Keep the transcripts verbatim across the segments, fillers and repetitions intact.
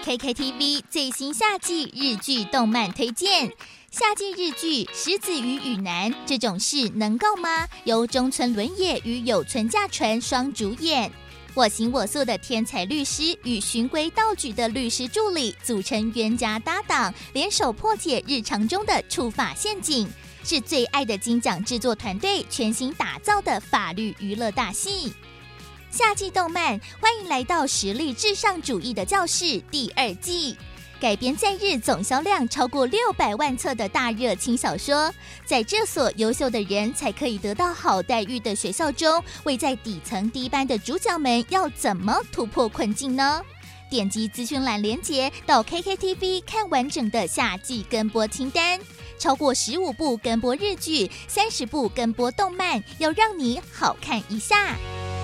K K T V 最新夏季日剧动漫推荐。夏季日剧《石子与雨男这种事能够吗》由中村伦也与有村架纯双主演。我行我素的天才律师与循规蹈矩的律师助理组成冤家搭档，联手破解日常中的触法陷阱，是最爱的金奖制作团队全新打造的法律娱乐大戏。夏季动漫，欢迎来到实力至上主义的教室第二季。改编在日总销量超过六百万册的大热轻小说，在这所优秀的人才可以得到好待遇的学校中，位在底层低班的主角们要怎么突破困境呢？点击资讯栏连结到 K K T V 看完整的夏季跟播清单，超过十五部跟播日剧，三十部跟播动漫，要让你好看一下。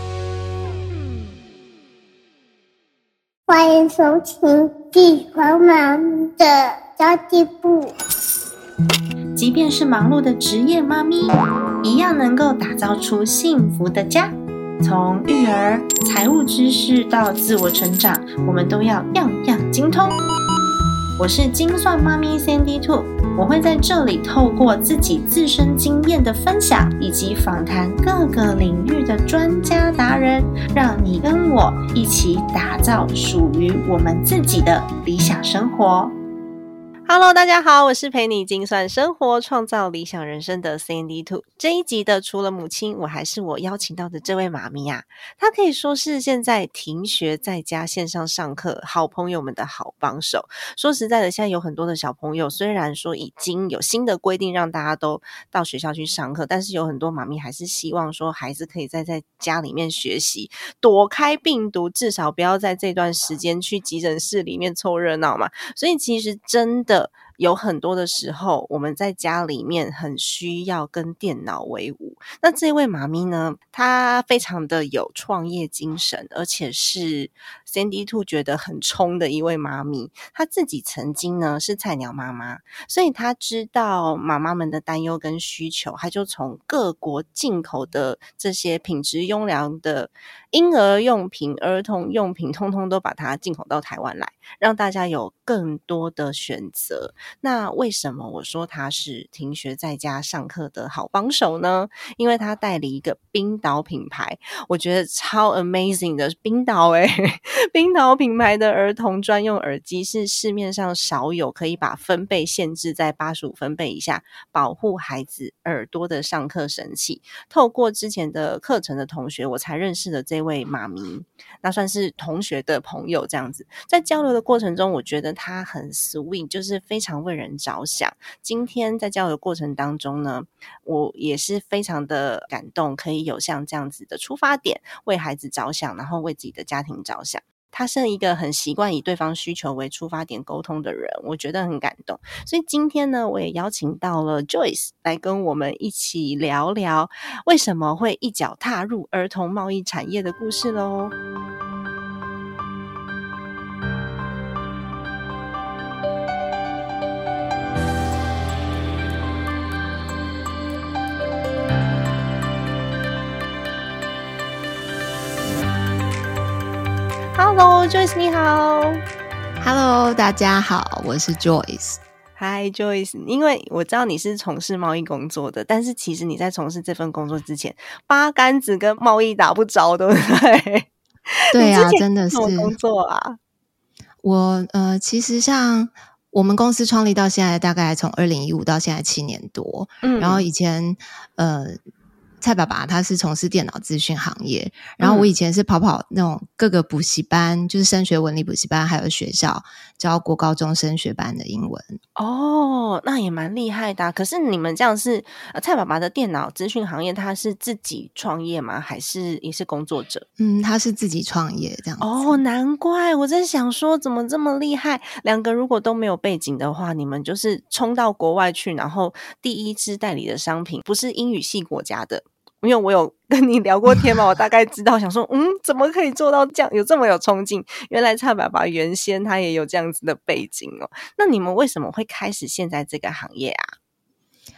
欢迎收听地方妈咪的交际部。 即便是忙碌的职业妈咪，一样能够打造出幸福的家。从育儿、财务知识到自我成长，我们都要样样精通。我是精算妈咪 Sandy Two， 我会在这里透过自己自身经验的分享，以及访谈各个领域的专家达人，让你跟我一起打造属于我们自己的理想生活。Hello， 大家好，我是陪你精算生活、创造理想人生的 Sandy Two。这一集的除了母亲，我还是我邀请到的这位妈咪啊，她可以说是现在停学在家线上上课好朋友们的好帮手。说实在的，现在有很多的小朋友，虽然说已经有新的规定让大家都到学校去上课，但是有很多妈咪还是希望说孩子可以在在家里面学习，躲开病毒，至少不要在这段时间去急诊室里面凑热闹嘛。所以其实真的有很多的时候，我们在家里面很需要跟电脑为伍。那这位妈咪呢，她非常的有创业精神，而且是 Sandy Two 觉得很冲的一位妈咪。她自己曾经呢是菜鸟妈妈，所以她知道妈妈们的担忧跟需求，她就从各国进口的这些品质优良的婴儿用品、儿童用品，通通都把它进口到台湾来，让大家有更多的选择。那为什么我说他是停学在家上课的好帮手呢？因为他代理一个冰岛品牌，我觉得超 amazing 的冰岛诶、欸、冰岛品牌的儿童专用耳机是市面上少有可以把分贝限制在八十五分贝以下，保护孩子耳朵的上课神器。透过之前的课程的同学，我才认识了这位妈咪，那算是同学的朋友这样子。在交流的过程中，我觉得他很 sweet， 就是非常为人着想。今天在交流的过程当中呢，我也是非常的感动，可以有像这样子的出发点，为孩子着想，然后为自己的家庭着想。他是一个很习惯以对方需求为出发点沟通的人，我觉得很感动。所以今天呢，我也邀请到了 Joyce 来跟我们一起聊聊为什么会一脚踏入儿童贸易产业的故事咯。Hello Joyce 你好。 Hello 大家好，我是 Joyce。 Hi Joyce， 因为我知道你是从事贸易工作的，但是其实你在从事这份工作之前，八竿子跟贸易打不着，对不对？ 对啊，真的是。 什么工作啊？ 我呃，其实像我们公司创立到现在，大概从二零一五到现在七年多，嗯，然后以前呃蔡爸爸他是从事电脑资讯行业，然后我以前是跑跑那种各个补习班，就是升学文理补习班，还有学校教国高中升学班的英文。 哦，那也蛮厉害的啊。可是你们这样是呃蔡爸爸的电脑资讯行业，他是自己创业吗？还是也是工作者？ 嗯，他是自己创业这样子。 哦，难怪我在想说怎么这么厉害。两个如果都没有背景的话，你们就是冲到国外去，然后第一支代理的商品不是英语系国家的。因为我有跟你聊过天嘛，我大概知道，想说嗯，怎么可以做到这样，有这么有冲劲。原来蔡爸爸原先他也有这样子的背景哦。那你们为什么会开始现在这个行业啊？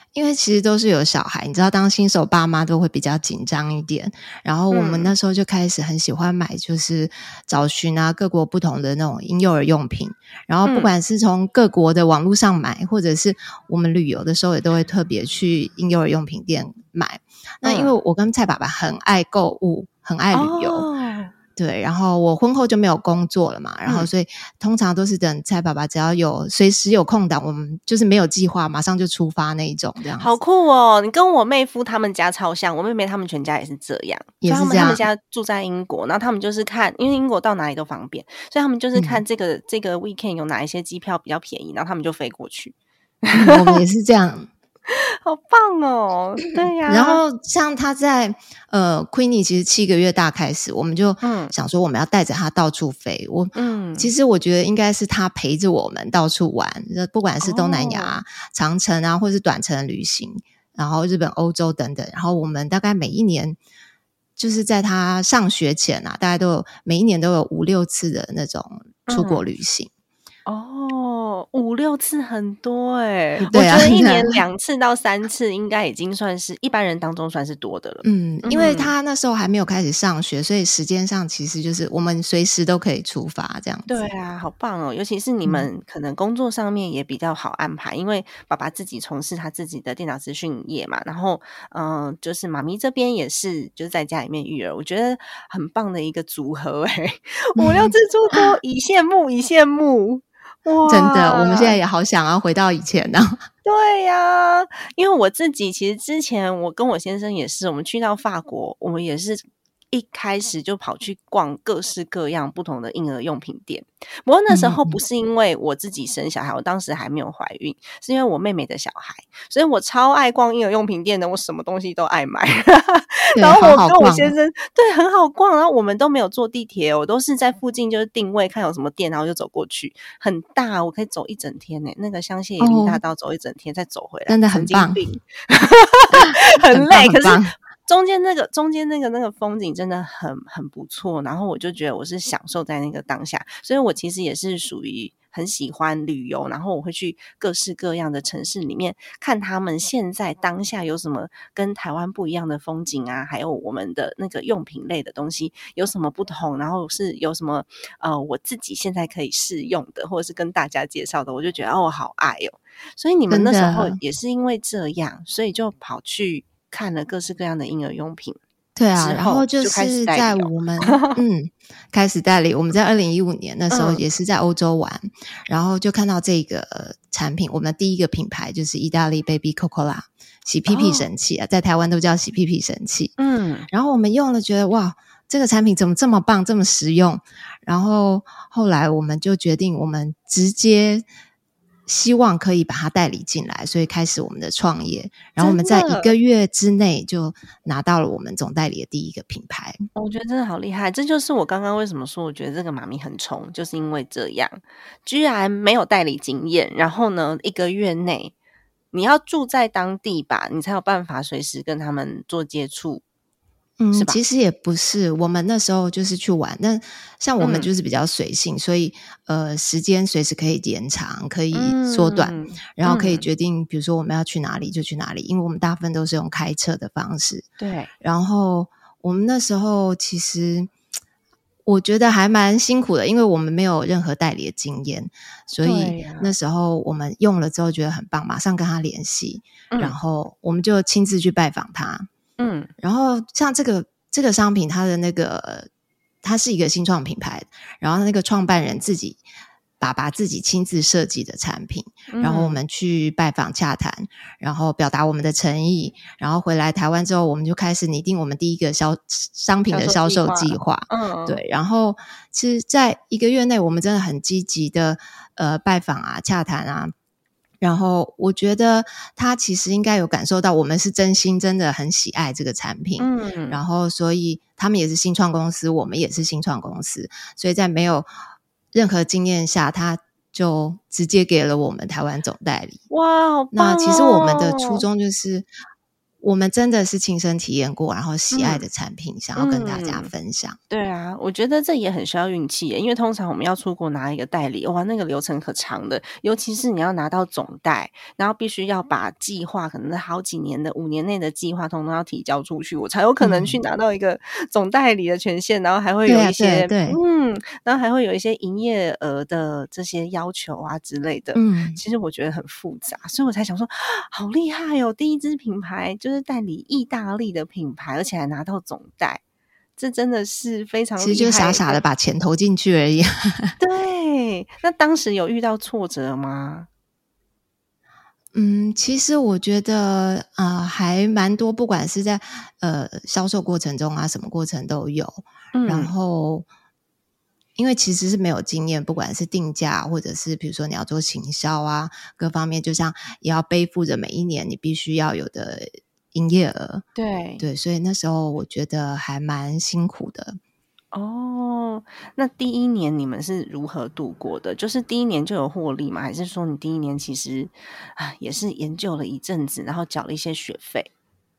因为其实都是有小孩，你知道当新手爸妈都会比较紧张一点，然后我们那时候就开始很喜欢买，就是找寻啊各国不同的那种婴幼儿用品，然后不管是从各国的网络上买，或者是我们旅游的时候也都会特别去婴幼儿用品店买。那因为我跟蔡爸爸很爱购物，很爱旅游、哦对，然后我婚后就没有工作了嘛，然后所以通常都是等蔡爸爸只要有随时有空档，我们就是没有计划马上就出发那一种这样子。 好酷哦，你跟我妹夫他们家超像，我妹妹他们全家也是这样， 也是这样， 他们他们家住在英国，然后他们就是看，因为英国到哪里都方便，所以他们就是看这个、嗯、这个 weekend 有哪一些机票比较便宜，然后他们就飞过去、 嗯、我们也是这样好棒哦，对呀、啊。 然后像他在呃 Queenie 其实七个月大开始，我们就想说我们要带着他到处飞。我嗯，其实我觉得应该是他陪着我们到处玩，不管是东南亚、哦、长程啊，或是短程旅行，然后日本、欧洲等等。然后我们大概每一年就是在他上学前啊，大概都有每一年都有五六次的那种出国旅行。 嗯、哦，五六次很多哎、欸， 对啊， 我觉得一年两次到三次应该已经算是一般人当中算是多的了。 嗯，因为他那时候还没有开始上学，所以时间上其实就是我们随时都可以出发这样子。 对啊，好棒哦！尤其是你们可能工作上面也比较好安排，嗯、因为爸爸自己从事他自己的电脑资讯业嘛，然后嗯、呃，就是妈咪这边也是就是在家里面育儿，我觉得很棒的一个组合哎、欸，五六次出国，一羡慕一羡慕。哇， 真的，我们现在也好想要回到以前呢、啊。 对呀、啊，因为我自己其实之前我跟我先生也是，我们去到法国，我们也是一开始就跑去逛各式各样不同的婴儿用品店。不过那时候不是因为我自己生小孩，嗯、我当时还没有怀孕，是因为我妹妹的小孩，所以我超爱逛婴儿用品店的，我什么东西都爱买。然后我跟我先生对很好逛，然后我们都没有坐地铁，我都是在附近就是定位看有什么店，然后就走过去，很大，我可以走一整天呢、欸。那个香榭里大道走一整天，再走回来， 真的很棒， 很累，可是。中间那个中间那个那个风景真的很很不错，然后我就觉得我是享受在那个当下，所以我其实也是属于很喜欢旅游，然后我会去各式各样的城市里面看他们现在当下有什么跟台湾不一样的风景啊，还有我们的那个用品类的东西有什么不同，然后是有什么呃我自己现在可以试用的，或者是跟大家介绍的，我就觉得哦我好爱哦，所以你们那时候也是因为这样，所以就跑去看了各式各样的婴儿用品。 对啊，然后就是在我们嗯开始代理，我们在二零一五年那时候也是在欧洲玩，嗯、然后就看到这个产品，我们的第一个品牌就是意大利 Baby Cocola 洗屁屁神器啊，哦、在台湾都叫洗屁屁神器。嗯，然后我们用了觉得哇，这个产品怎么这么棒，这么实用，然后后来我们就决定我们直接希望可以把它代理进来，所以开始我们的创业，然后我们在一个月之内就拿到了我们总代理的第一个品牌。 我觉得真的好厉害，这就是我刚刚为什么说我觉得这个妈咪很冲，就是因为这样居然没有代理经验，然后呢一个月内你要住在当地吧，你才有办法随时跟他们做接触。 嗯，其实也不是，我们那时候就是去玩，但像我们就是比较随性，嗯、所以呃，时间随时可以延长，可以缩短，嗯、然后可以决定，比如说我们要去哪里就去哪里，因为我们大部分都是用开车的方式。 对， 然后我们那时候其实我觉得还蛮辛苦的，因为我们没有任何代理的经验，所以那时候我们用了之后觉得很棒，马上跟他联系，嗯、然后我们就亲自去拜访他。嗯，然后像这个这个商品，它的那个它是一个新创品牌，然后那个创办人自己爸爸自己亲自设计的产品，嗯、然后我们去拜访洽谈，然后表达我们的诚意，然后回来台湾之后，我们就开始拟定我们第一个销商品的销售计划。嗯，对，然后其实在一个月内，我们真的很积极的呃拜访啊、洽谈啊。然后我觉得他其实应该有感受到我们是真心真的很喜爱这个产品，嗯，然后所以他们也是新创公司，我们也是新创公司，所以在没有任何经验下，他就直接给了我们台湾总代理。 哇，好棒哦！ 那其实我们的初衷就是我们真的是亲身体验过，然后喜爱的产品、嗯、想要跟大家分享、嗯、 对啊，我觉得这也很需要运气耶，因为通常我们要出国拿一个代理，哇，那个流程可长的，尤其是你要拿到总代，然后必须要把计划可能是好几年的五年内的计划通通要提交出去，我才有可能去拿到一个总代理的权限、嗯、然后还会有一些、啊、对对对嗯，然后还会有一些营业额的这些要求啊之类的，嗯，其实我觉得很复杂，所以我才想说好厉害哦，第一支品牌就是代理意大利的品牌，而且还拿到总代，这真的是非常厉害的， 其实就傻傻的把钱投进去而已对，那当时有遇到挫折吗？ 嗯，其实我觉得呃还蛮多，不管是在呃销售过程中啊，什么过程都有、嗯、然后因为其实是没有经验，不管是定价或者是比如说你要做行销啊各方面，就像也要背负着每一年你必须要有的营业额， 对对，所以那时候我觉得还蛮辛苦的。 哦，那第一年你们是如何度过的？就是第一年就有获利吗？还是说你第一年其实啊也是研究了一阵子，然后缴了一些学费？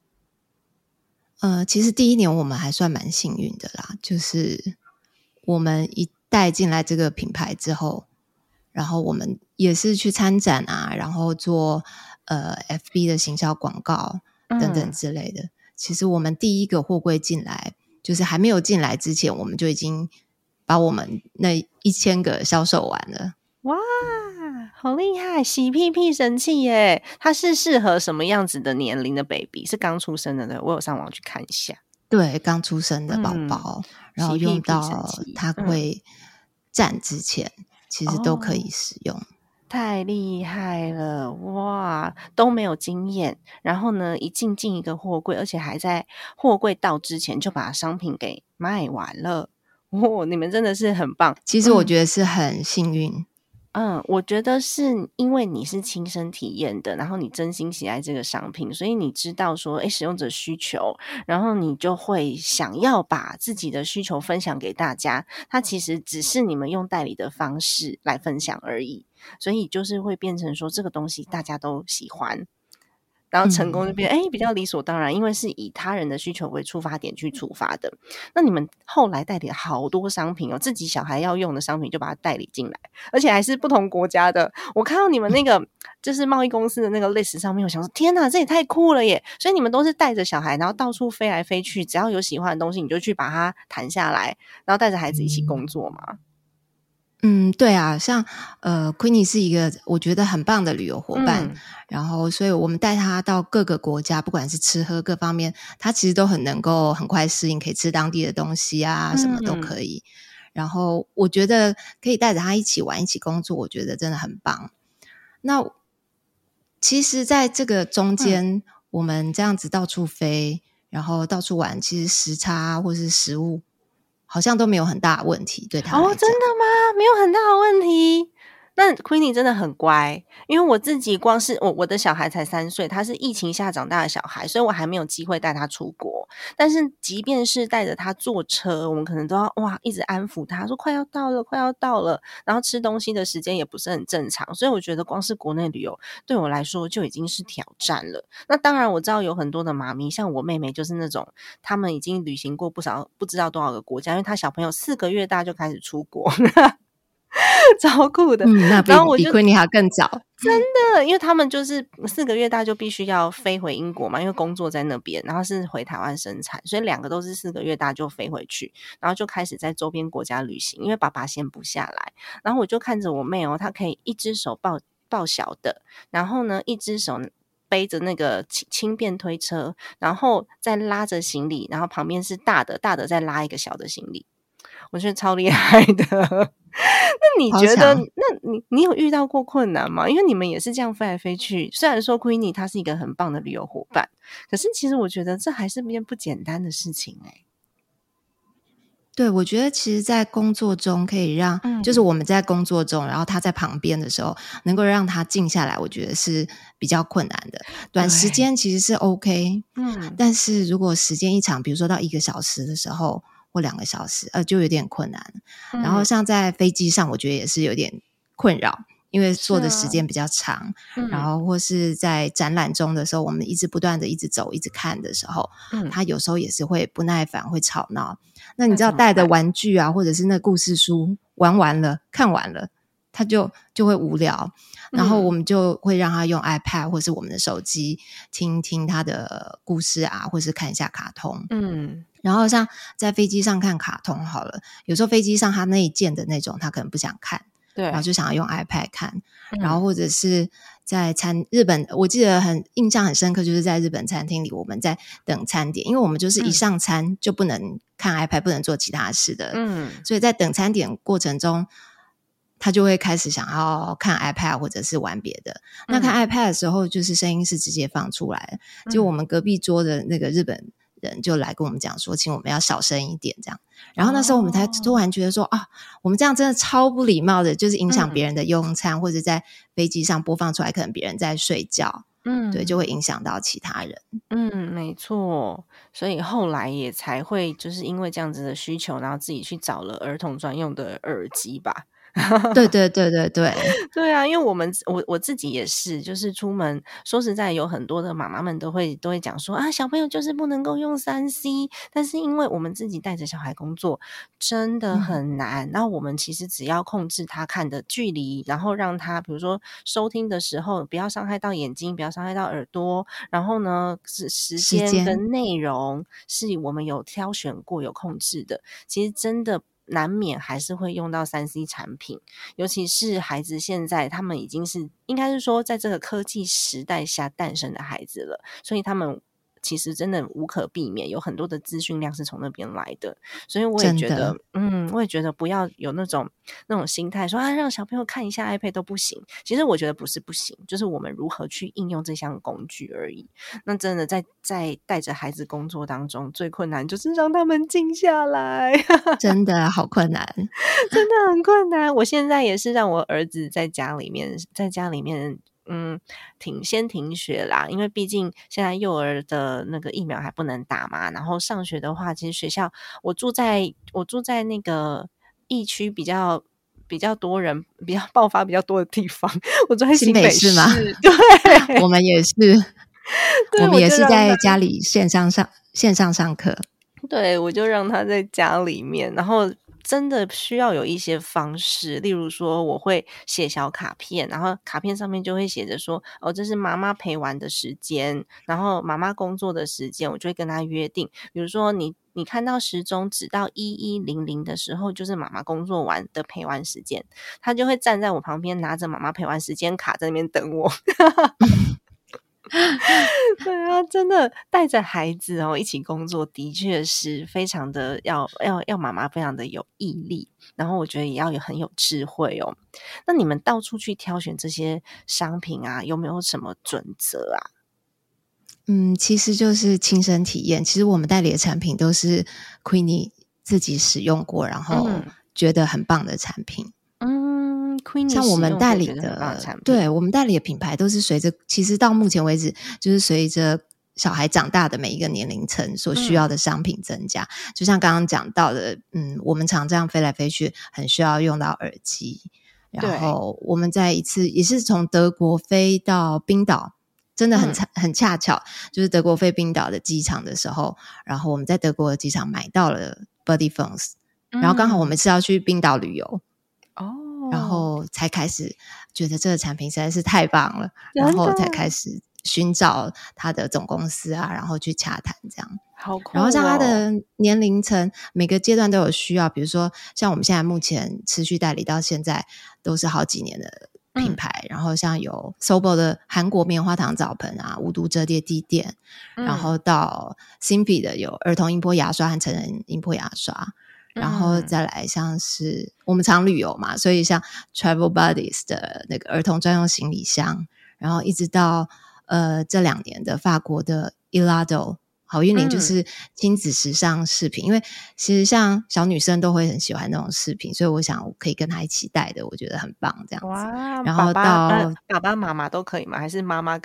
呃，其实第一年我们还算蛮幸运的啦，就是我们一带进来这个品牌之后，然后我们也是去参展啊，然后做呃 F B 的行销广告等等之类的、嗯、其实我们第一个货柜进来，就是还没有进来之前，我们就已经把我们那一千个销售完了。 哇，好厉害，洗屁屁神器耶！它是适合什么样子的年龄的 baby？ 是刚出生的呢？我有上网去看一下。 对，刚出生的宝宝、嗯、然后用到它会站之前、嗯、其实都可以使用、哦、 太厉害了，哇，都没有经验，然后呢一进进一个货柜，而且还在货柜到之前就把商品给卖完了，哦，你们真的是很棒。 其实我觉得是很幸运、嗯嗯，我觉得是因为你是亲身体验的，然后你真心喜爱这个商品，所以你知道说诶使用者需求，然后你就会想要把自己的需求分享给大家，它其实只是你们用代理的方式来分享而已，所以就是会变成说这个东西大家都喜欢，然后成功就变哎、嗯、比较理所当然，因为是以他人的需求为出发点去出发的。那你们后来代理了好多商品哦，自己小孩要用的商品就把它代理进来，而且还是不同国家的。我看到你们那个就是贸易公司的那个 list 上面，我想说天哪，这也太酷了耶！所以你们都是带着小孩，然后到处飞来飞去，只要有喜欢的东西你就去把它谈下来，然后带着孩子一起工作嘛。 嗯，对啊，像呃 Queenie 是一个我觉得很棒的旅游伙伴、嗯、然后所以我们带他到各个国家，不管是吃喝各方面，他其实都很能够很快适应，可以吃当地的东西啊、嗯、什么都可以，然后我觉得可以带着他一起玩一起工作，我觉得真的很棒。那其实在这个中间、嗯、我们这样子到处飞然后到处玩，其实时差或是食物好像都没有很大的问题，对他来讲。 哦，真的吗？没有很大的问题？那 Queenie 真的很乖，因为我自己光是我我的小孩才三岁，他是疫情下长大的小孩，所以我还没有机会带他出国。但是即便是带着他坐车，我们可能都要哇一直安抚他说快要到了快要到了，然后吃东西的时间也不是很正常，所以我觉得光是国内旅游对我来说就已经是挑战了。那当然我知道有很多的妈咪，像我妹妹就是那种他们已经旅行过不少不知道多少个国家，因为他小朋友四个月大就开始出国超酷的、 嗯、那比, 比 Queenie 还更早， 真的，因为他们就是四个月大就必须要飞回英国嘛，因为工作在那边，然后是回台湾生产，所以两个都是四个月大就飞回去，然后就开始在周边国家旅行，因为爸爸闲不下来。然后我就看着我妹哦，她可以一只手抱抱小的，然后呢一只手背着那个轻便推车，然后再拉着行李，然后旁边是大的大的再拉一个小的行李，我觉得超厉害的那你觉得那你你有遇到过困难吗？因为你们也是这样飞来飞去，虽然说 Queenie 她是一个很棒的旅游伙伴，可是其实我觉得这还是件不简单的事情欸。 对，我觉得其实在工作中可以让、嗯、就是我们在工作中然后他在旁边的时候能够让他静下来，我觉得是比较困难的。短时间其实是 OK， 嗯，但是如果时间一长，比如说到一个小时的时候或两个小时呃，就有点困难、嗯、然后像在飞机上我觉得也是有点困扰， 因为做的时间比较长、啊、然后或是在展览中的时候我们一直不断的一直走一直看的时候、嗯、他有时候也是会不耐烦会吵闹。那你知道带的玩具啊或者是那故事书玩完了看完了他就就会无聊，然后我们就会让他用 iPad 或是我们的手机听听他的故事啊，或是看一下卡通。嗯，然后像在飞机上看卡通好了，有时候飞机上他内建的那种他可能不想看，对，然后就想要用 iPad 看、嗯、然后或者是在餐日本，我记得很印象很深刻，就是在日本餐厅里我们在等餐点，因为我们就是一上餐就不能看 iPad、嗯、不能做其他事的，嗯，所以在等餐点过程中他就会开始想要看 iPad 或者是玩别的、嗯、那看 iPad 的时候就是声音是直接放出来的、嗯、就我们隔壁桌的那个日本人就来跟我们讲说请我们要小声一点这样，然后那时候我们才突然觉得说、哦、啊，我们这样真的超不礼貌的，就是影响别人的用餐、嗯、或者在飞机上播放出来可能别人在睡觉，嗯，对，就会影响到其他人。 嗯，没错，所以后来也才会就是因为这样子的需求，然后自己去找了儿童专用的耳机吧。 对对对对对对啊，因为我们我我自己也是，就是出门说实在有很多的妈妈们都会都会讲说啊，小朋友就是不能够用 三 C， 但是因为我们自己带着小孩工作真的很难，那、嗯、我们其实只要控制他看的距离，然后让他比如说收听的时候不要伤害到眼睛，不要伤害到耳朵，然后呢是时间跟内容是我们有挑选过有控制的，其实真的难免还是会用到 三 C 产品，尤其是孩子现在他们已经是应该是说在这个科技时代下诞生的孩子了，所以他们其实真的无可避免有很多的资讯量是从那边来的，所以我也觉得嗯，我也觉得不要有那种那种心态说啊让小朋友看一下 iPad 都不行，其实我觉得不是不行，就是我们如何去应用这项工具而已。那真的在在带着孩子工作当中最困难就是让他们静下来真的好困难真的很困难。我现在也是让我儿子在家里面在家里面嗯，停先停学啦，因为毕竟现在幼儿的那个疫苗还不能打嘛，然后上学的话其实学校我住在我住在那个疫区比较比较多人比较爆发比较多的地方，我住在新北市吗？对我们也是我们也是在家里线上上线上上课， 对，我就让他在家里面，然后真的需要有一些方式，例如说我会写小卡片，然后卡片上面就会写着说哦，这是妈妈陪玩的时间，然后妈妈工作的时间，我就会跟他约定，比如说你你看到时钟指到一一零零的时候就是妈妈工作完的陪玩时间，他就会站在我旁边拿着妈妈陪玩时间卡在那边等我对啊，真的带着孩子哦一起工作的确是非常的要要要妈妈非常的有毅力，然后我觉得也要有很有智慧哦。那你们到处去挑选这些商品啊，有没有什么准则啊？ 嗯，其实就是亲身体验，其实我们代理的产品都是 Queenie 自己使用过然后觉得很棒的产品。 嗯， 像我们代理的，对，我们代理的品牌都是随着，其实到目前为止，就是随着小孩长大的每一个年龄层所需要的商品增加。嗯、就像刚刚讲到的，嗯，我们常这样飞来飞去，很需要用到耳机。然后我们在一次也是从德国飞到冰岛，真的很、嗯、很恰巧，就是德国飞冰岛的机场的时候，然后我们在德国的机场买到了 Buddy Phones，、嗯、然后刚好我们是要去冰岛旅游。哦，然后才开始觉得这个产品实在是太棒了，然后才开始寻找他的总公司啊，然后去洽谈这样。 好酷哦。 然后像他的年龄层每个阶段都有需要，比如说像我们现在目前持续代理到现在都是好几年的品牌、嗯、然后像有 Sobo 的韩国棉花糖澡盆啊，无毒折叠地垫、嗯、然后到 Simpy 的有儿童音波牙刷和成人音波牙刷，然后再来像是我们常旅游嘛，所以像 Travel Buddies 的那个儿童专用行李箱，然后一直到呃这两年的法国的 Elado 好运林，就是亲子时尚饰品、嗯、因为其实像小女生都会很喜欢那种饰品，所以我想我可以跟她一起带的，我觉得很棒这样子。 哇， 然后到爸爸、呃、爸爸妈妈都可以吗？还是妈妈跟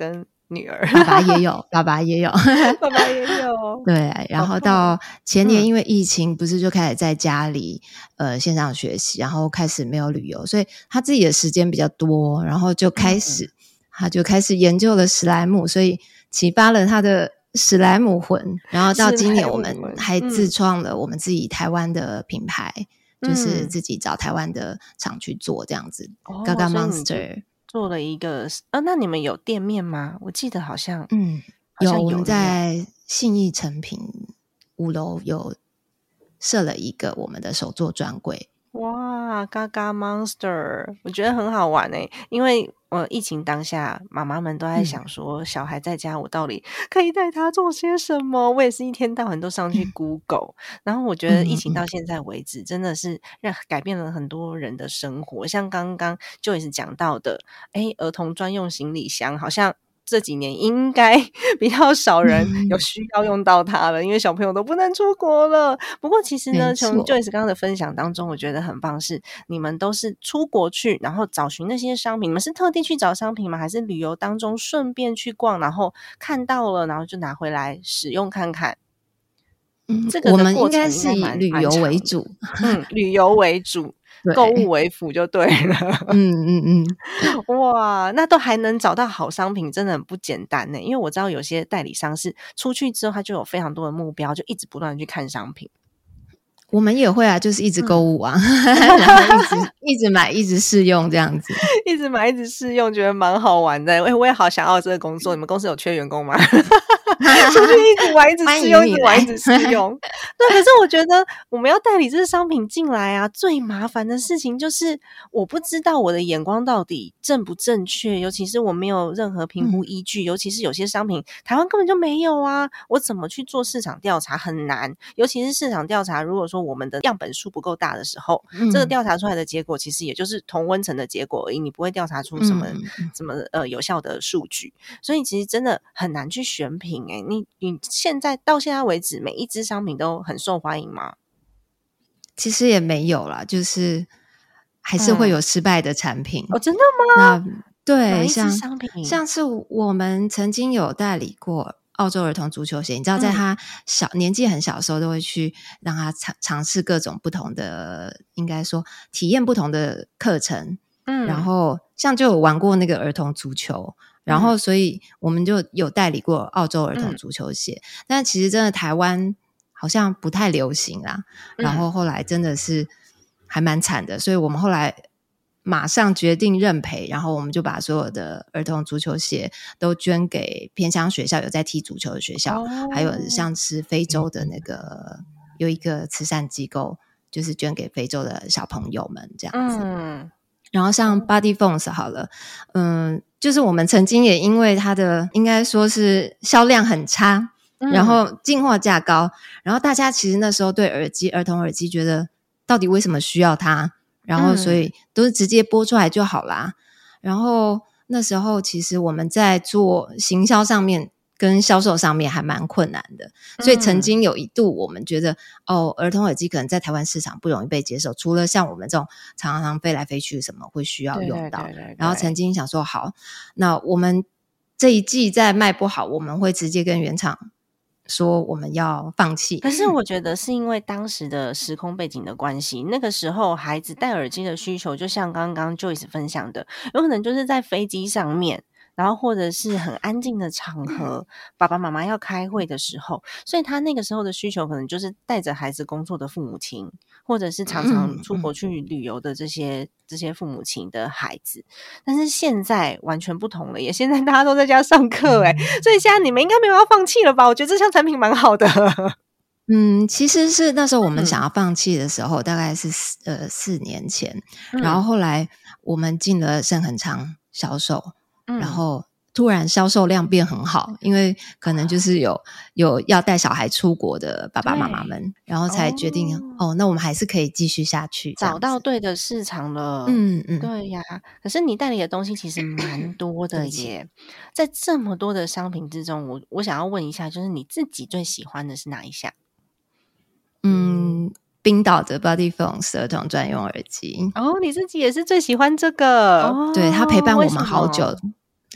女儿？ 爸爸也有，爸爸也有， 爸爸也有。 对，然后到前年嗯因为疫情，不是就开始在家里呃线上学习，然后开始没有旅游，所以他自己的时间比较多，然后就开始、嗯、他就开始研究了史莱姆，所以启发了他的史莱姆魂，然后到今年我们还自创了我们自己台湾的品牌、嗯、就是自己找台湾的厂去做这样子、哦、Gaga Monster 做了一个呃，那你们有店面吗？我记得好像嗯好像有， 有我们在信义诚品五楼有设了一个我们的手作专柜。 哇 Gaga Monster 我觉得很好玩欸，因为呃，疫情当下妈妈们都在想说、嗯、小孩在家我到底可以带他做些什么，我也是一天到晚都上去 Google、嗯、然后我觉得疫情到现在为止、嗯、真的是让改变了很多人的生活，像刚刚 Joyce 讲到的诶儿童专用行李箱好像这几年应该比较少人有需要用到它了、嗯、因为小朋友都不能出国了。不过其实呢，从 Joyce 刚刚的分享当中我觉得很棒，是你们都是出国去然后找寻那些商品，你们是特地去找商品吗？还是旅游当中顺便去逛，然后看到了然后就拿回来使用看看？ 嗯， 这个我们应该是以旅游为主。 嗯，旅游为主购物为辅就对了。 嗯嗯嗯， 哇，那都还能找到好商品，真的很不简单呢。因为我知道有些代理商是出去之后他就有非常多的目标，就一直不断的去看商品。 我们也会啊，就是一直购物啊、嗯、然后一直一直买一直试用这样子。 一直买一直试用觉得蛮好玩的。欸、我也好想要这个工作。你们公司有缺员工吗？出去一直玩一直试用一直玩一直试用。对，可是我觉得我们要代理这个商品进来啊，最麻烦的事情就是我不知道我的眼光到底正不正确，尤其是我没有任何评估依据、嗯、尤其是有些商品台湾根本就没有啊，我怎么去做市场调查很难。尤其是市场调查如果说我们的样本数不够大的时候、嗯、这个调查出来的结果其实也就是同温层的结果而已，你不会调查出什么、嗯、什么呃有效的数据，所以其实真的很难去选品。欸、你你现在到现在为止每一支商品都很受欢迎吗？ 其实也没有啦，就是还是会有失败的产品、 嗯、哦，真的吗？ 那对， 哪一支商品？ 像像是我们曾经有代理过澳洲儿童足球鞋，你知道在他小、嗯、年纪很小的时候都会去让他尝尝试各种不同的，应该说体验不同的课程，嗯，然后像就有玩过那个儿童足球，然后所以我们就有代理过澳洲儿童足球鞋、嗯、但其实真的台湾好像不太流行啦、嗯、然后后来真的是还蛮惨的，所以我们后来马上决定认赔，然后我们就把所有的儿童足球鞋都捐给偏乡学校有在踢足球的学校、哦、还有像是非洲的那个有一个慈善机构就是捐给非洲的小朋友们这样子、嗯、然后像 Body Phones 好了，嗯，就是我们曾经也因为它的应该说是销量很差、嗯、然后进货价高，然后大家其实那时候对耳机儿童耳机觉得到底为什么需要它，然后所以都是直接播出来就好啦、嗯、然后那时候其实我们在做行销上面跟销售上面还蛮困难的，所以曾经有一度我们觉得、嗯、哦，儿童耳机可能在台湾市场不容易被接受，除了像我们这种常常飞来飞去什么会需要用到，对对对对对，然后曾经想说好，那我们这一季再卖不好我们会直接跟原厂说我们要放弃。 可是我觉得是因为当时的时空背景的关系，那个时候孩子戴耳机的需求就像刚刚 Joyce 分享的，有可能就是在飞机上面，然后或者是很安静的场合，爸爸妈妈要开会的时候，所以他那个时候的需求可能就是带着孩子工作的父母亲，或者是常常出国去旅游的这些、嗯、这些父母亲的孩子。但是现在完全不同了耶，现在大家都在家上课耶、嗯、所以现在你们应该没有要放弃了吧？我觉得这项产品蛮好的。 嗯，其实是那时候我们想要放弃的时候、嗯、大概是呃四年前、嗯、然后后来我们进了盛恒昌销售、嗯、然后突然销售量变很好，因为可能就是有有要带小孩出国的爸爸妈妈们，然后才决定 哦, 哦那我们还是可以继续下去， 找到对的市场了。 嗯嗯， 对呀。可是你代理的东西其实蛮多的耶在这么多的商品之中，我我想要问一下，就是你自己最喜欢的是哪一项？ 嗯，冰岛的 Body Phones 儿童专用耳机。 哦，你自己也是最喜欢这个？哦， 对，它陪伴我们好久。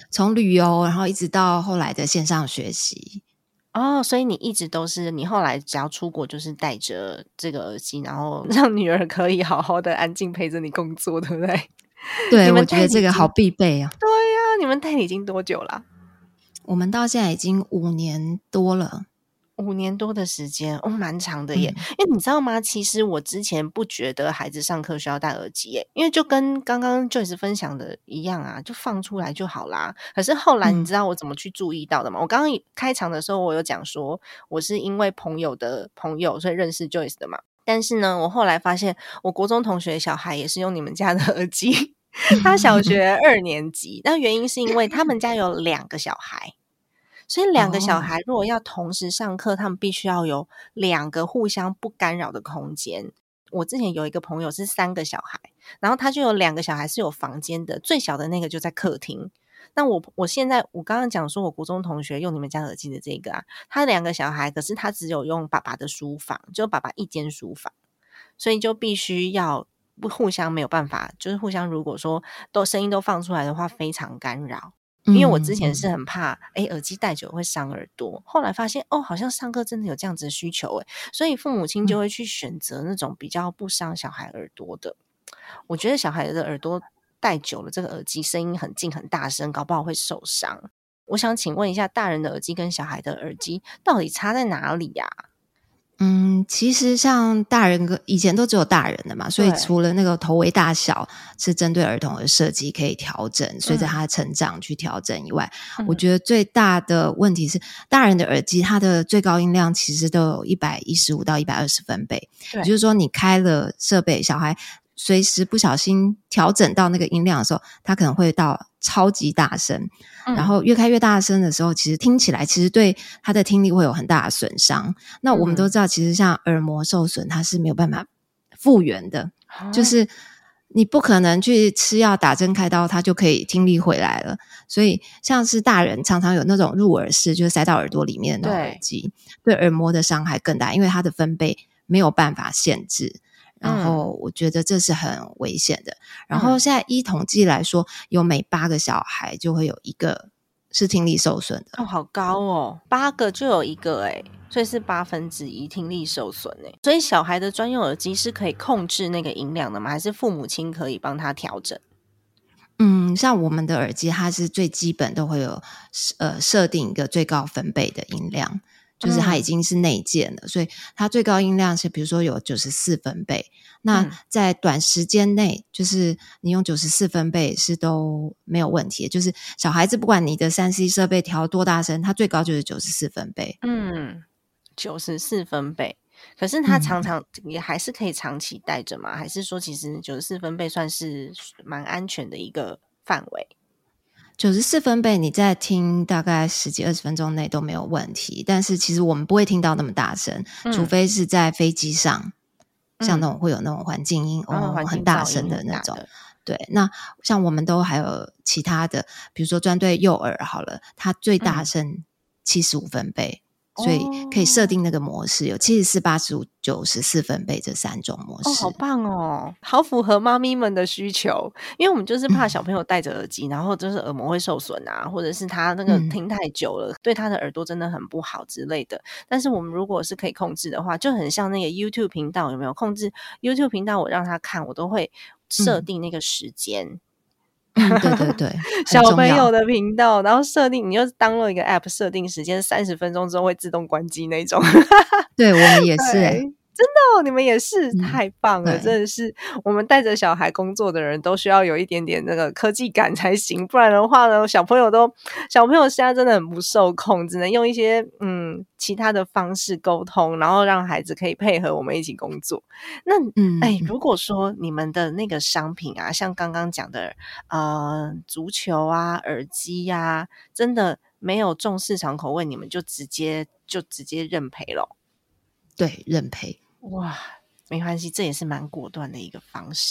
从旅游，然后一直到后来的线上学习。 哦，所以你一直都是你后来只要出国就是带着这个耳机，然后让女儿可以好好的安静陪着你工作，对不对？ 对，我觉得这个好必备啊。 对呀、啊，你们代理已经多久了、啊？ 我们到现在已经五年多了。 五年多的时间，哦，蛮长的耶、嗯。因为你知道吗？其实我之前不觉得孩子上课需要戴耳机耶，因为就跟刚刚 Joyce 分享的一样啊，就放出来就好啦。可是后来你知道我怎么去注意到的吗？嗯、我刚刚开场的时候我有讲说，我是因为朋友的朋友所以认识 Joyce 的嘛。但是呢，我后来发现，我国中同学小孩也是用你们家的耳机，他小学二年级。那原因是因为他们家有两个小孩。所以两个小孩如果要同时上课，他们必须要有两个互相不干扰的空间。我之前有一个朋友是三个小孩，然后他就有两个小孩是有房间的，最小的那个就在客厅。那我我现在我刚刚讲说我国中同学用你们家耳机的这个啊，他两个小孩，可是他只有用爸爸的书房，就爸爸一间书房，所以就必须要不互相没有办法，就是互相如果说都声音都放出来的话，非常干扰。因为我之前是很怕诶耳机戴久会伤耳朵，后来发现哦好像上课真的有这样子的需求诶，所以父母亲就会去选择那种比较不伤小孩耳朵的。我觉得小孩的耳朵戴久了这个耳机声音很近很大声，搞不好会受伤。我想请问一下，大人的耳机跟小孩的耳机到底差在哪里呀、啊？ 嗯，其实像大人跟以前都只有大人的嘛，所以除了那个头围大小是针对儿童的设计可以调整，随着他成长去调整以外、嗯、我觉得最大的问题是大人的耳机它的最高音量其实都有一百一十五到一百二十分贝，也就是说你开了设备，小孩随时不小心调整到那个音量的时候，它可能会到超级大声、嗯、然后越开越大声的时候，其实听起来其实对他的听力会有很大的损伤。那我们都知道其实像耳膜受损它是没有办法复原的、嗯、就是你不可能去吃药打针开刀它就可以听力回来了。所以像是大人常常有那种入耳式，就是塞到耳朵里面的那种耳机， 对, 对耳膜的伤害更大，因为它的分贝没有办法限制，然后我觉得这是很危险的、嗯、然后现在依统计来说，有每八个小孩就会有一个是听力受损的。 哦，好高哦，八个就有一个耶，所以是八分之一听力受损耶。所以小孩的专用耳机是可以控制那个音量的吗？还是父母亲可以帮他调整？ 嗯，像我们的耳机它是最基本都会有呃设定一个最高分贝的音量，就是它已经是内建了、嗯、所以它最高音量是比如说有九十四分贝，那在短时间内就是你用九十四分贝是都没有问题的，就是小孩子不管你的 三 C 设备调多大声，它最高就是九十四分贝。 嗯，九十四分贝，可是他常常也还是可以长期戴着吗？还是说其实九十四分贝算是蛮安全的一个范围？ 九十四分贝你在听大概十几二十分钟内都没有问题，但是其实我们不会听到那么大声、嗯、除非是在飞机上、嗯、像那种会有那种环境音、嗯哦、很大声的那种。对，那像我们都还有其他的，比如说专对幼儿好了，它最大声七十五分贝、嗯，所以可以设定那个模式，有七十四、八十五、九十四分贝这三种模式。 哦，好棒哦，好符合妈咪们的需求。因为我们就是怕小朋友戴着耳机、嗯、然后就是耳膜会受损啊，或者是他那个听太久了、嗯、对他的耳朵真的很不好之类的。但是我们如果是可以控制的话，就很像那个 YouTube 频道，有没有控制 YouTube 频道，我让他看我都会设定那个时间、 嗯嗯、对对对小朋友的频道，然后设定你就download一个 app， 设定时间三十分钟之后会自动关机那种对，我们也是、欸、 真的哦，你们也是、嗯、太棒了，真的是我们带着小孩工作的人都需要有一点点那个科技感才行，不然的话呢，小朋友都小朋友现在真的很不受控，只能用一些嗯其他的方式沟通，然后让孩子可以配合我们一起工作。那嗯，哎，如果说你们的那个商品啊，像刚刚讲的呃足球啊、耳机啊，真的没有重市场口味，你们就直接就直接认赔咯？ 对，认赔。 哇，没关系，这也是蛮果断的一个方式。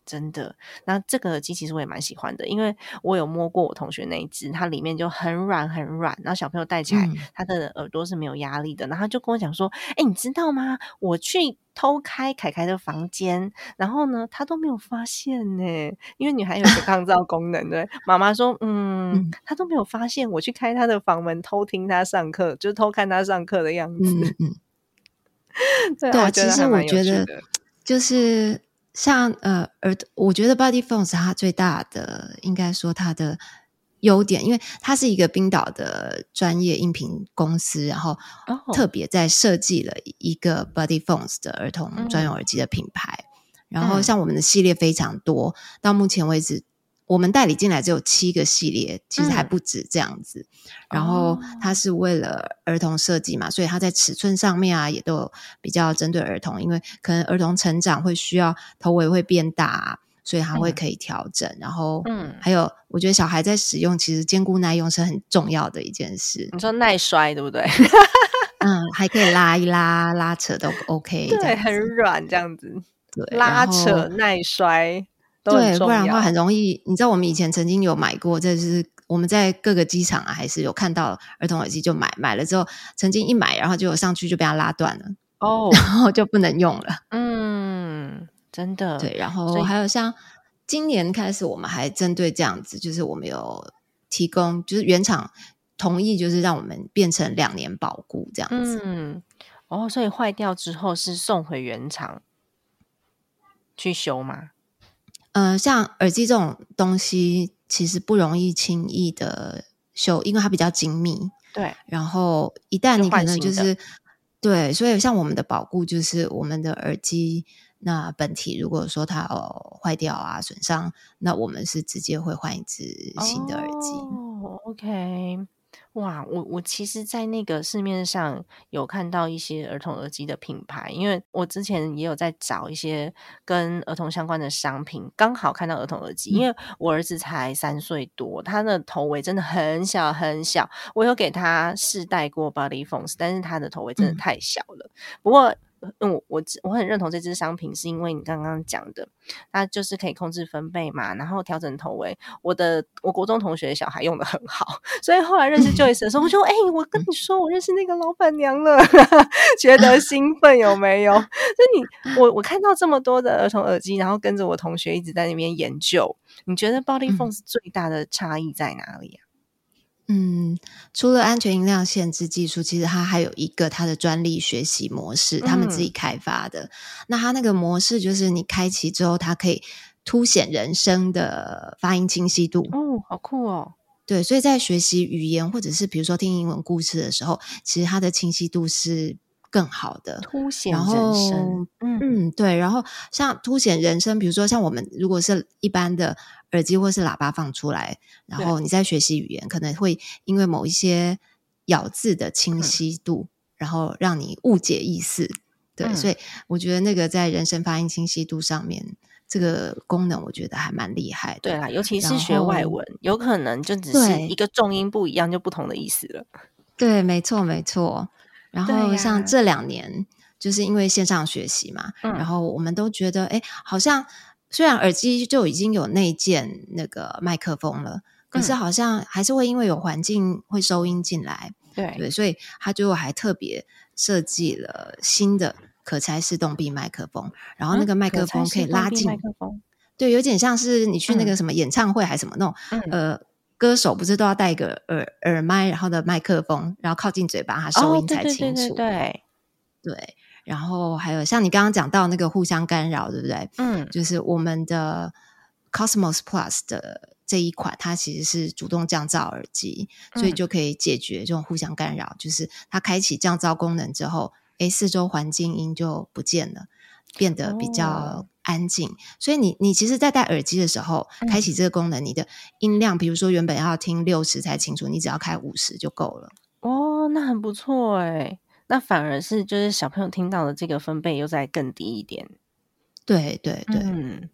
真的。那这个耳机其实我也蛮喜欢的，因为我有摸过我同学那一只，它里面就很软很软，然后小朋友戴起来、嗯、他的耳朵是没有压力的。然后他就跟我讲说，哎，你知道吗，我去偷开凯凯的房间，然后呢他都没有发现呢，因为女孩有个抗噪功能对妈妈说嗯, 嗯他都没有发现我去开他的房门偷听他上课，就是偷看他上课的样子。嗯嗯对, 对啊， 我觉得其实我觉得就是像呃耳，我觉得 Bodyphones 它最大的应该说它的优点，因为它是一个冰岛的专业音频公司，然后特别在设计了一个 Bodyphones 的儿童专用耳机的品牌、嗯、然后像我们的系列非常多、嗯、到目前为止我们代理进来只有七个系列，其实还不止这样子、嗯、然后它是为了儿童设计嘛，所以它在尺寸上面啊也都有比较针对儿童，因为可能儿童成长会需要头围会变大、啊，所以它会可以调整、嗯、然后还有我觉得小孩在使用其实坚固耐用是很重要的一件事。 你说耐摔对不对？ 嗯，还可以拉一拉拉扯都 OK， 对，很软这样子。 对， 拉扯耐摔对，不然的话很容易，你知道我们以前曾经有买过，这是我们在各个机场啊还是有看到儿童耳机就买，买了之后曾经一买然后就有上去就被它拉断了哦，然后就不能用了。 嗯，真的。 对，然后还有像今年开始我们还针对这样子，就是我们有提供就是原厂同意就是让我们变成两年保固这样子。 嗯，哦，所以坏掉之后是送回原厂去修吗？ 呃，像耳机这种东西其实不容易轻易的修，因为它比较精密。 对， 然后一旦你可能就是对，所以像我们的保固就是我们的耳机那本体如果说它有坏掉啊损伤，那我们是直接会换一只新的耳机。 哦 OK， 哇，我我其实在那个市面上有看到一些儿童耳机的品牌，因为我之前也有在找一些跟儿童相关的商品，刚好看到儿童耳机、嗯、因为我儿子才三岁多，他的头围真的很小很小，我有给他试戴过 Bodyphones， 但是他的头围真的太小了、嗯、不过嗯，我我很认同这支商品，是因为你刚刚讲的，它就是可以控制分贝嘛，然后调整头围。我的我国中同学的小孩用的很好，所以后来认识 Joyce 的时候，我就哎、欸，我跟你说，我认识那个老板娘了，觉得兴奋有没有？所以你我我看到这么多的儿童耳机，然后跟着我同学一直在那边研究，你觉得 Bodyphones 最大的差异在哪里啊？ 嗯，除了安全音量限制技术，其实它还有一个它的专利学习模式，他们自己开发的、嗯、那它那个模式就是你开启之后它可以凸显人声的发音清晰度。 哦，好酷哦。 对，所以在学习语言或者是比如说听英文故事的时候，其实它的清晰度是更好的， 凸显人声。 嗯嗯，对，然后像凸显人声，比如说像我们如果是一般的耳机或是喇叭放出来，然后你在学习语言可能会因为某一些咬字的清晰度、嗯、然后让你误解意思。对、嗯、所以我觉得那个在人声发音清晰度上面这个功能我觉得还蛮厉害的。 对啦，尤其是学外文有可能就只是一个重音不一样就不同的意思了。 对，没错没错。然后像这两年就是因为线上学习嘛、嗯、然后我们都觉得哎，好像虽然耳机就已经有内建那个麦克风了、嗯、可是好像还是会因为有环境会收音进来。 对对，所以他就还特别设计了新的可拆式动臂麦克风，然后那个麦克风可以拉近、嗯、对，有点像是你去那个什么演唱会还是什么那种、嗯、呃歌手不是都要带一个耳耳麦，然后的麦克风，然后靠近嘴巴，它收音才清楚。 哦、对对对对对, 对，然后还有像你刚刚讲到那个互相干扰，对不对？嗯，就是我们的 Cosmos Plus 的这一款，它其实是主动降噪耳机，所以就可以解决这种互相干扰。嗯、就是它开启降噪功能之后，诶，四周环境音就不见了，变得比较安静、哦、所以你你其实在戴耳机的时候、嗯、开启这个功能，你的音量比如说原本要听六十才清楚，你只要开五十就够了。 哦，那很不错耶。那反而是就是小朋友听到的这个分贝又再更低一点。 对对对， 嗯，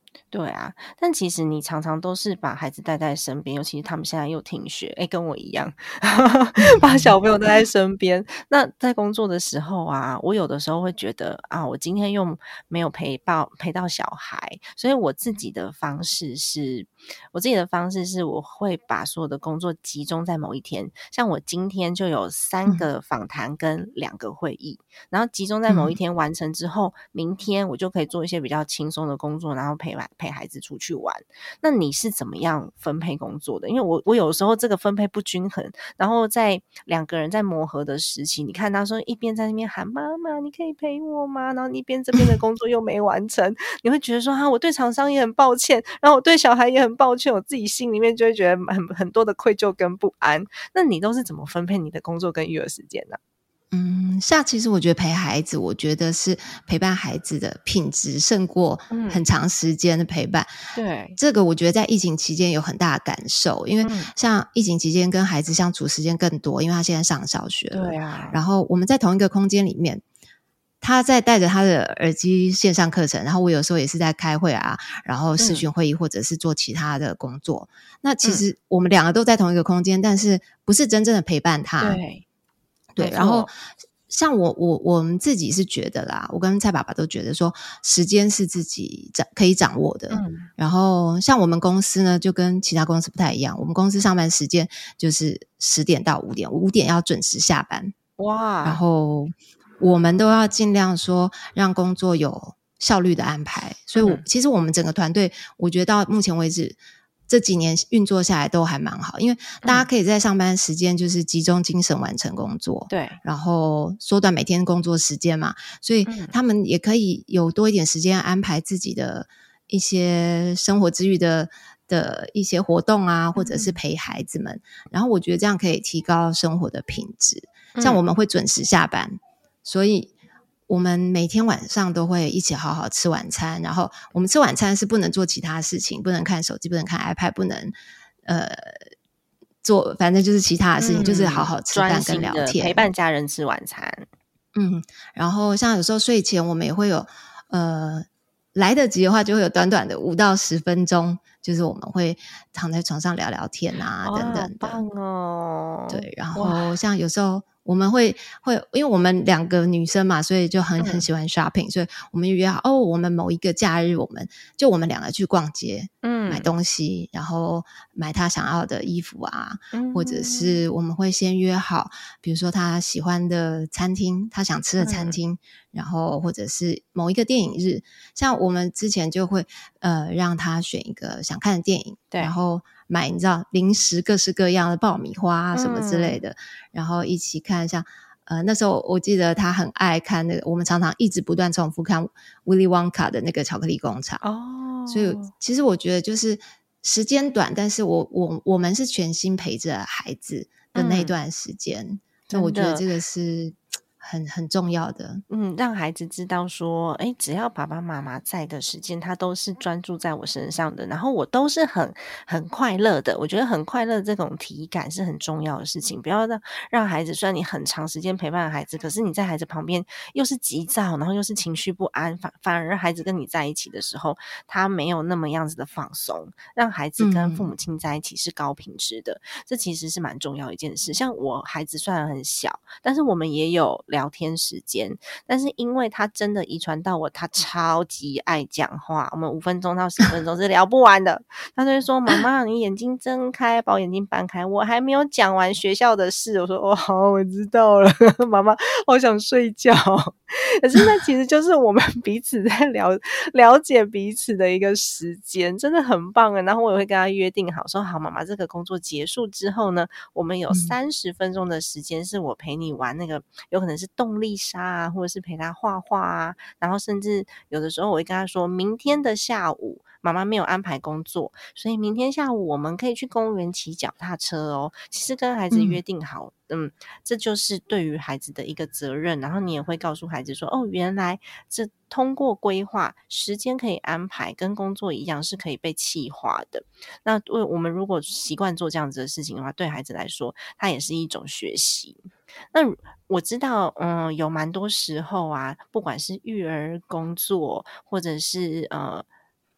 对啊，但其实你常常都是把孩子带在身边，尤其是他们现在又停学，诶，跟我一样把小朋友带在身边。那在工作的时候啊，我有的时候会觉得啊，我今天又没有陪到陪到小孩，所以我自己的方式是我自己的方式是我会把所有的工作集中在某一天，像我今天就有三个访谈跟两个会议，然后集中在某一天完成之后，明天我就可以做一些比较轻松的工作，然后陪陪孩子出去玩。那你是怎么样分配工作的？因为我我有时候这个分配不均衡，然后在两个人在磨合的时期，你看他说一边在那边喊妈妈你可以陪我吗，然后一边这边的工作又没完成你会觉得说啊，我对厂商也很抱歉，然后我对小孩也很抱歉，我自己心里面就会觉得很很多的愧疚跟不安。那你都是怎么分配你的工作跟育儿时间呢？ 嗯，像其实我觉得陪孩子，我觉得是陪伴孩子的品质胜过很长时间的陪伴。 嗯、对， 这个我觉得在疫情期间有很大的感受，因为像疫情期间跟孩子相处时间更多，因为他现在上小学了， 对啊， 然后我们在同一个空间里面，他在带着他的耳机线上课程，然后我有时候也是在开会啊，然后视讯会议或者是做其他的工作。嗯、那其实我们两个都在同一个空间，但是不是真正的陪伴他。 对。 对，然后像我我我们自己是觉得啦，我跟蔡爸爸都觉得说，时间是自己掌可以掌握的。嗯，然后像我们公司呢，就跟其他公司不太一样，我们公司上班时间就是十点到五点，五点要准时下班。哇！然后我们都要尽量说让工作有效率的安排，所以我、嗯、其实我们整个团队，我觉得到目前为止。这几年运作下来都还蛮好，因为大家可以在上班时间就是集中精神完成工作， 对、嗯， 然后缩短每天工作时间嘛，所以他们也可以有多一点时间安排自己的一些生活之余的的一些活动啊，或者是陪孩子们，然后我觉得这样可以提高生活的品质。像我们会准时下班，所以我们每天晚上都会一起好好吃晚餐，然后我们吃晚餐是不能做其他事情，不能看手机，不能看 iPad， 不能呃做，反正就是其他的事情，嗯、就是好好吃饭跟聊天， 陪伴家人吃晚餐。 嗯，然后像有时候睡前我们也会有呃来得及的话，就会有短短的五到十分钟，就是我们会躺在床上聊聊天啊，哦、等等的。 好棒哦！ 对，然后像有时候。我们会会，因为我们两个女生嘛，所以就很很喜欢 shopping，、嗯、所以我们约好哦，我们某一个假日，我们就我们两个去逛街，嗯，买东西，然后买他想要的衣服啊，嗯、或者是我们会先约好，比如说他喜欢的餐厅，他想吃的餐厅，嗯、然后或者是某一个电影日，像我们之前就会呃让他选一个想看的电影，对，然后。买你知道零食各式各样的爆米花啊什么之类的、嗯、然后一起看像呃那时候我记得他很爱看那个我们常常一直不断重复看 Willy Wonka 的那个巧克力工厂哦，所以其实我觉得就是时间短，但是我我我们是全心陪着孩子的那段时间，那、嗯、我觉得这个是很很重要的。 嗯，让孩子知道说诶只要爸爸妈妈在的时间他都是专注在我身上的，然后我都是很很快乐的。我觉得很快乐这种体感是很重要的事情，不要让让孩子虽然你很长时间陪伴孩子，可是你在孩子旁边又是急躁，然后又是情绪不安，反反而孩子跟你在一起的时候他没有那么样子的放松，让孩子跟父母亲在一起是高品质的、嗯、这其实是蛮重要的一件事。像我孩子虽然很小，但是我们也有聊天时间，但是因为他真的遗传到我，他超级爱讲话，我们五分钟到十分钟是聊不完的。他就会说妈妈你眼睛睁开，把我眼睛搬开，我还没有讲完学校的事。我说哦好我知道了妈妈好想睡觉。可是那其实就是我们彼此在了了解彼此的一个时间，真的很棒啊。然后我也会跟他约定好说好妈妈这个工作结束之后呢，我们有三十分钟的时间是我陪你玩那个有可能是动力沙啊，或者是陪他画画啊，然后甚至有的时候我会跟他说明天的下午妈妈没有安排工作，所以明天下午我们可以去公园骑脚踏车哦。其实跟孩子约定好 嗯, 嗯，这就是对于孩子的一个责任，然后你也会告诉孩子说哦，原来这通过规划时间可以安排跟工作一样是可以被企划的。那我们如果习惯做这样子的事情的话，对孩子来说它也是一种学习。那我知道嗯，有蛮多时候啊，不管是育儿工作或者是呃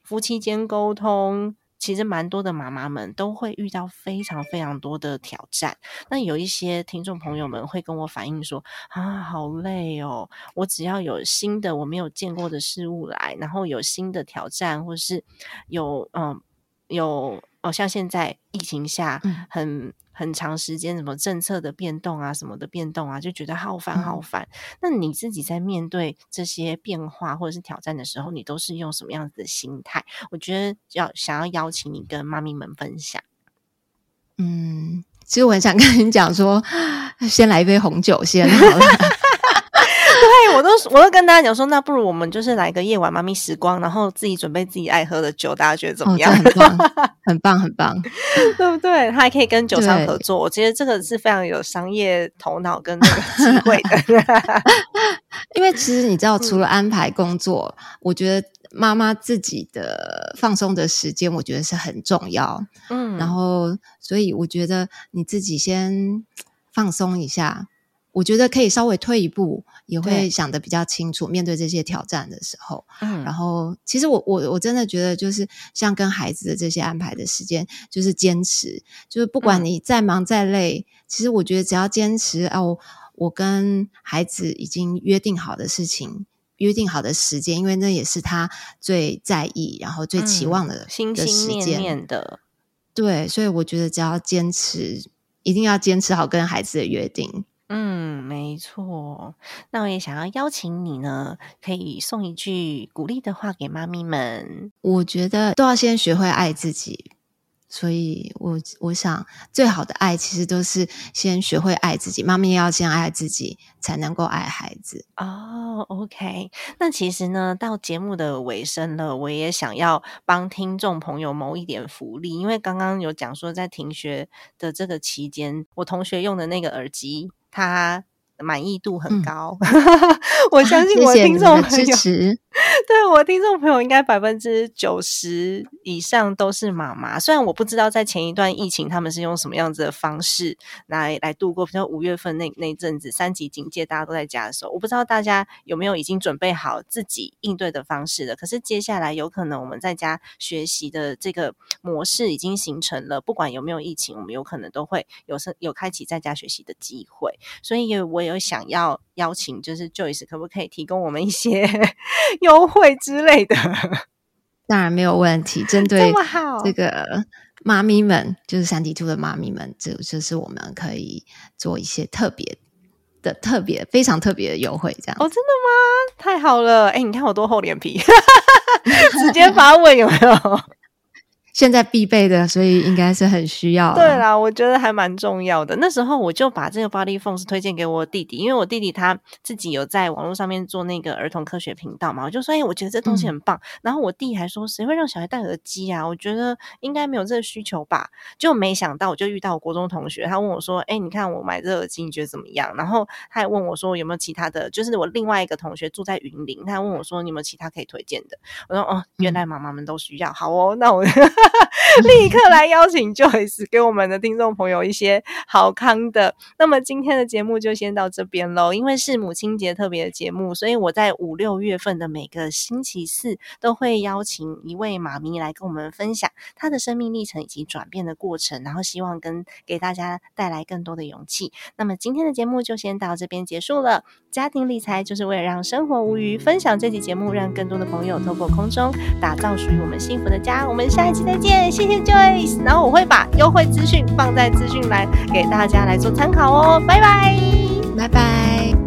夫妻间沟通，其实蛮多的妈妈们都会遇到非常非常多的挑战。那有一些听众朋友们会跟我反映说啊，好累哦，我只要有新的我没有见过的事物来，然后有新的挑战，或是有嗯有哦，像现在疫情下很、嗯、很长时间什么政策的变动啊什么的变动啊，就觉得好烦好烦、嗯、那你自己在面对这些变化或者是挑战的时候，你都是用什么样子的心态？我觉得要想要邀请你跟妈咪们分享。 嗯，其实我很想跟你讲说，先来一杯红酒先好了。 对，我都我都跟大家讲说，那不如我们就是来个夜晚妈咪时光，然后自己准备自己爱喝的酒，大家觉得怎么样？ 哦、很棒，很棒，很棒， 对不对？他还可以跟酒商合作，我觉得这个是非常有商业头脑跟那个机会的。 因为其实你知道，除了安排工作，嗯、我觉得妈妈自己的放松的时间，我觉得是很重要。嗯，然后所以我觉得你自己先放松一下。我觉得可以稍微退一步，也会想得比较清楚，面对这些挑战的时候。嗯，然后其实我我我真的觉得，就是像跟孩子的这些安排的时间，就是坚持，就是不管你再忙再累，嗯、其实我觉得只要坚持啊，我我跟孩子已经约定好的事情，约定好的时间，因为那也是他最在意，然后最期望的、嗯、 心心念念的。 对，所以我觉得只要坚持，一定要坚持好跟孩子的约定。 嗯，没错。那我也想要邀请你呢，可以送一句鼓励的话给妈咪们。 我觉得都要先学会爱自己，所以我我想最好的爱其实都是先学会爱自己，妈咪要先爱自己才能够爱孩子。 哦 OK， 那其实呢到节目的尾声了，我也想要帮听众朋友谋一点福利，因为刚刚有讲说在停学的这个期间，我同学用的那个耳机他满意度很高、嗯、我相信我的听众朋友、啊、谢谢你们的支持。对，我的听众朋友应该百分之九十以上都是妈妈，虽然我不知道在前一段疫情他们是用什么样子的方式来来度过，比如五月份那那阵子三级警戒大家都在家的时候，我不知道大家有没有已经准备好自己应对的方式了。可是接下来有可能我们在家学习的这个模式已经形成了，不管有没有疫情，我们有可能都会有有开启在家学习的机会。所以我有想要邀请，就是 Joyce 可不可以提供我们一些优惠之类的？ 当然没有问题，针对这个妈咪们，就是三 D 二的妈咪们，这就是我们可以做一些特别的、特别非常特别的优惠，这样。 哦，真的吗？太好了！哎，你看我多厚脸皮，直接发问有没有？ 现在必备的，所以应该是很需要。 对啦，我觉得还蛮重要的。那时候我就把这个 Body Phones 推荐给我弟弟，因为我弟弟他自己有在网络上面做那个儿童科学频道嘛，我就说哎、欸，我觉得这东西很棒、嗯、然后我弟还说谁会让小孩戴耳机啊，我觉得应该没有这个需求吧。就没想到我就遇到我国中同学，他问我说哎、欸，你看我买这个耳机你觉得怎么样，然后他还问我说有没有其他的，就是我另外一个同学住在云林，他还问我说你有没有其他可以推荐的。我说哦，原来妈妈们都需要，好哦，那我立刻来邀请 Joyce 给我们的听众朋友一些好康的。那么今天的节目就先到这边咯，因为是母亲节特别的节目，所以我在五六月份的每个星期四都会邀请一位妈咪来跟我们分享她的生命历程以及转变的过程，然后希望跟给大家带来更多的勇气。那么今天的节目就先到这边结束了。家庭理财就是为了让生活无虞，分享这期节目，让更多的朋友透过空中打造属于我们幸福的家。我们下一期再见，谢谢 Joyce， 然后我会把优惠资讯放在资讯栏给大家来做参考哦，拜拜， 拜拜。